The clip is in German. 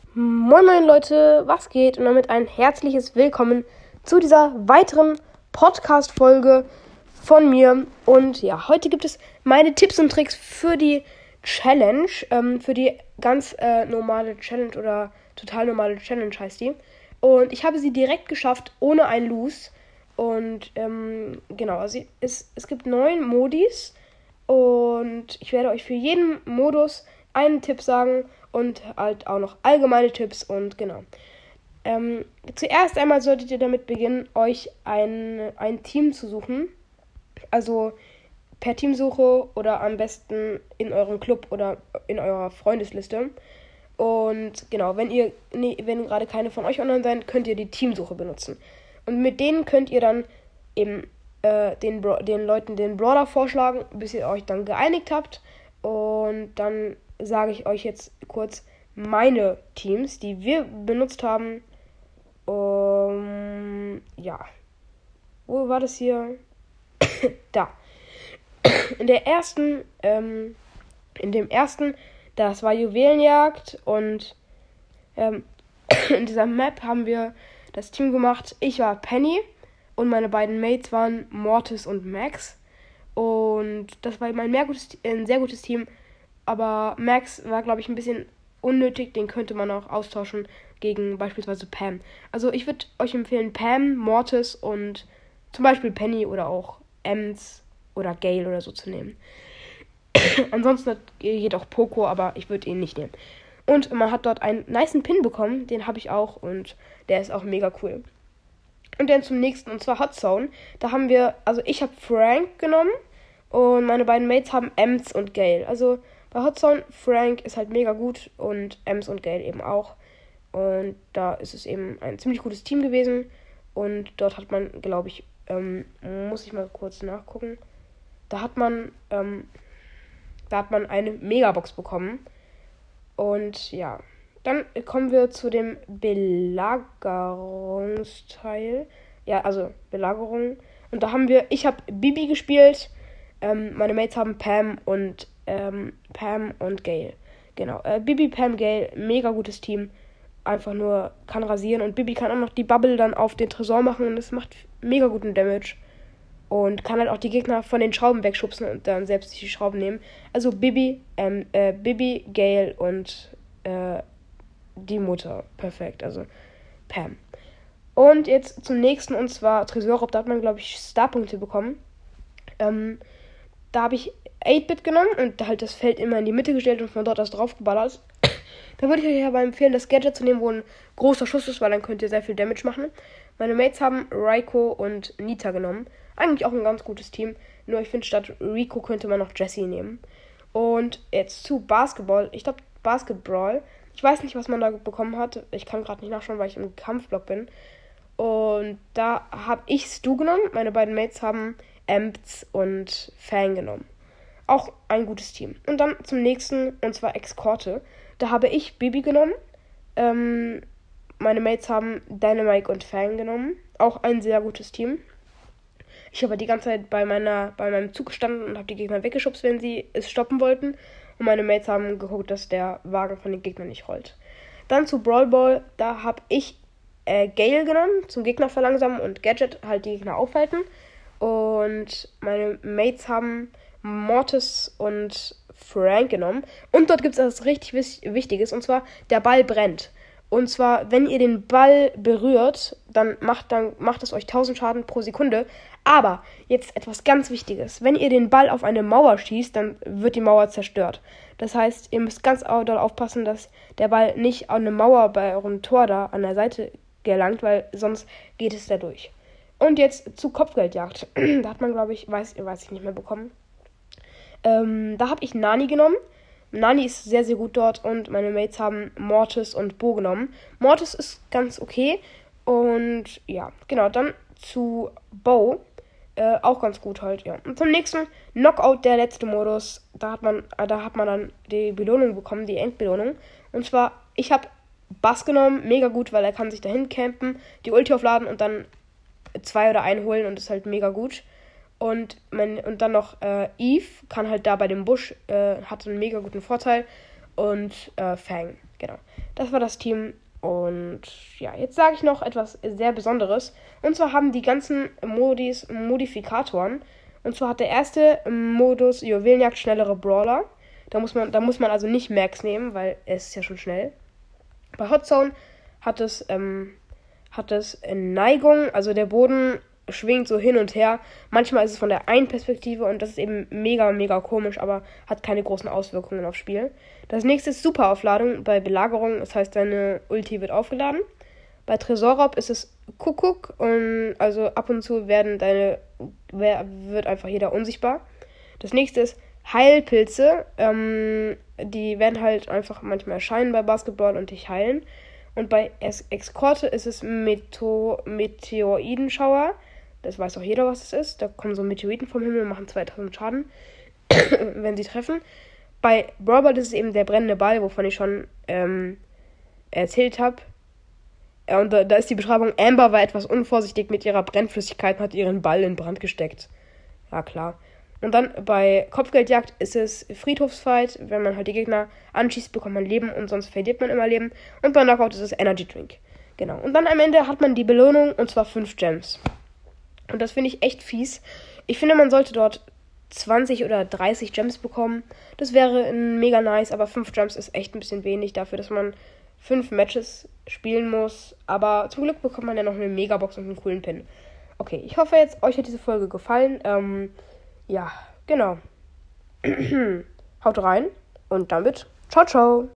Moin moin Leute, was geht? Und damit ein herzliches Willkommen zu dieser weiteren Podcast-Folge von mir. Und ja, heute gibt es meine Tipps und Tricks für die Challenge, für die ganz normale Challenge oder total normale Challenge heißt die. Und ich habe sie direkt geschafft, ohne ein Lose. Und genau, also es gibt 9 Modis und ich werde euch für jeden Modus einen Tipp sagen und halt auch noch allgemeine Tipps und genau. Zuerst einmal solltet ihr damit beginnen, euch ein Team zu suchen. Also per Teamsuche oder am besten in eurem Club oder in eurer Freundesliste. Und genau, wenn gerade keine von euch online seid, könnt ihr die Teamsuche benutzen. Und mit denen könnt ihr dann eben den Leuten den Brawler vorschlagen, bis ihr euch dann geeinigt habt. Und dann sage ich euch jetzt kurz meine Teams, die wir benutzt haben. Ja. Wo war das hier? Da. In dem ersten, das war Juwelenjagd und in dieser Map haben wir das Team gemacht. Ich war Penny und meine beiden Mates waren Mortis und Max. Und das war ein sehr gutes Team. Aber Max war, glaube ich, ein bisschen unnötig. Den könnte man auch austauschen gegen beispielsweise Pam. Also ich würde euch empfehlen, Pam, Mortis und zum Beispiel Penny oder auch Ems oder Gale oder so zu nehmen. Ansonsten geht auch Poco, aber ich würde ihn nicht nehmen. Und man hat dort einen nicen Pin bekommen. Den habe ich auch und der ist auch mega cool. Und dann zum nächsten, und zwar Hot Zone. Da haben wir, also ich habe Frank genommen und meine beiden Mates haben Ems und Gale. Also bei Hot Zone, Frank ist halt mega gut und Ems und Gale eben auch. Und da ist es eben ein ziemlich gutes Team gewesen. Und dort hat man, glaube ich, muss ich mal kurz nachgucken. Da hat man eine Megabox bekommen. Und ja, dann kommen wir zu dem Belagerungsteil. Ja, also Belagerung. Und da ich habe Bibi gespielt. Meine Mates haben Pam und Gale. Genau. Bibi, Pam, Gale, mega gutes Team. Einfach nur kann rasieren. Und Bibi kann auch noch die Bubble dann auf den Tresor machen. Und das macht mega guten Damage. Und kann halt auch die Gegner von den Schrauben wegschubsen und dann selbst die Schrauben nehmen. Also Bibi, Gale und die Mutter. Perfekt. Also Pam. Und jetzt zum nächsten, und zwar Tresorraub. Da hat man, glaube ich, Starpunkte bekommen. Da habe ich 8-Bit genommen und halt das Feld immer in die Mitte gestellt und von dort aus draufgeballert. Da würde ich euch aber empfehlen, das Gadget zu nehmen, wo ein großer Schuss ist, weil dann könnt ihr sehr viel Damage machen. Meine Mates haben Raiko und Nita genommen. Eigentlich auch ein ganz gutes Team. Nur ich finde, statt Rico könnte man noch Jessie nehmen. Und jetzt zu Basketball. Ich glaube, Basketball. Ich weiß nicht, was man da bekommen hat. Ich kann gerade nicht nachschauen, weil ich im Kampfblock bin. Und da habe ich Stu genommen. Meine beiden Mates haben Ems und Fang genommen. Auch ein gutes Team. Und dann zum nächsten, und zwar Eskorte. Da habe ich Bibi genommen. Meine Mates haben Dynamite und Fang genommen. Auch ein sehr gutes Team. Ich habe die ganze Zeit bei meinem Zug gestanden und habe die Gegner weggeschubst, wenn sie es stoppen wollten. Und meine Mates haben geguckt, dass der Wagen von den Gegnern nicht rollt. Dann zu Brawl Ball. Da habe ich Gale genommen, zum Gegner verlangsamen und Gadget halt die Gegner aufhalten. Und meine Mates haben Mortis und Frank genommen. Und dort gibt es etwas richtig Wichtiges, und zwar, der Ball brennt. Und zwar, wenn ihr den Ball berührt, dann macht es euch 1000 Schaden pro Sekunde. Aber jetzt etwas ganz Wichtiges. Wenn ihr den Ball auf eine Mauer schießt, dann wird die Mauer zerstört. Das heißt, ihr müsst ganz doll aufpassen, dass der Ball nicht an eine Mauer bei eurem Tor da an der Seite gelangt, weil sonst geht es da durch. Und jetzt zu Kopfgeldjagd. Da hat man, glaube ich, weiß ich nicht mehr bekommen. Da habe ich Nani genommen. Nani ist sehr, sehr gut dort und meine Mates haben Mortis und Bo genommen. Mortis ist ganz okay und ja, genau, dann zu Bo. Auch ganz gut halt, ja. Und zum nächsten, Knockout, der letzte Modus. Da hat man dann die Belohnung bekommen, die Endbelohnung. Und zwar, ich habe Bass genommen, mega gut, weil er kann sich dahin campen, die Ulti aufladen und dann 2 oder 1 holen und ist halt mega gut. Und dann noch Eve kann halt da bei dem Busch, hat einen mega guten Vorteil. Und Fang. Genau, das war das Team. Und ja, jetzt sage ich noch etwas sehr Besonderes. Und zwar haben die ganzen Modis Modifikatoren. Und zwar hat der erste Modus Juwelenjagd schnellere Brawler. Da muss man also nicht Max nehmen, weil er ist ja schon schnell. Bei Hot Zone hat es Neigung, also der Boden schwingt so hin und her. Manchmal ist es von der einen Perspektive und das ist eben mega, mega komisch, aber hat keine großen Auswirkungen aufs Spiel. Das nächste ist Superaufladung bei Belagerung, das heißt, deine Ulti wird aufgeladen. Bei Tresorraub ist es Kuckuck und also ab und zu wird einfach jeder unsichtbar. Das nächste ist Heilpilze, die werden halt einfach manchmal erscheinen bei Basketball und dich heilen. Und bei Eskorte ist es Meteoroidenschauer. Das weiß auch jeder, was es ist. Da kommen so Meteoriten vom Himmel und machen 2000 Schaden, wenn sie treffen. Bei Brawl Ball ist es eben der brennende Ball, wovon ich schon erzählt habe. Und da ist die Beschreibung, Amber war etwas unvorsichtig mit ihrer Brennflüssigkeit und hat ihren Ball in Brand gesteckt. Ja, klar. Und dann bei Kopfgeldjagd ist es Friedhofsfight. Wenn man halt die Gegner anschießt, bekommt man Leben und sonst verliert man immer Leben. Und bei Knockout ist es Energy Drink. Genau. Und dann am Ende hat man die Belohnung und zwar 5 Gems. Und das finde ich echt fies. Ich finde, man sollte dort 20 oder 30 Gems bekommen. Das wäre mega nice, aber 5 Gems ist echt ein bisschen wenig dafür, dass man 5 Matches spielen muss. Aber zum Glück bekommt man ja noch eine Megabox und einen coolen Pin. Okay, ich hoffe jetzt, euch hat diese Folge gefallen. Ja, genau. Haut rein und damit ciao, ciao.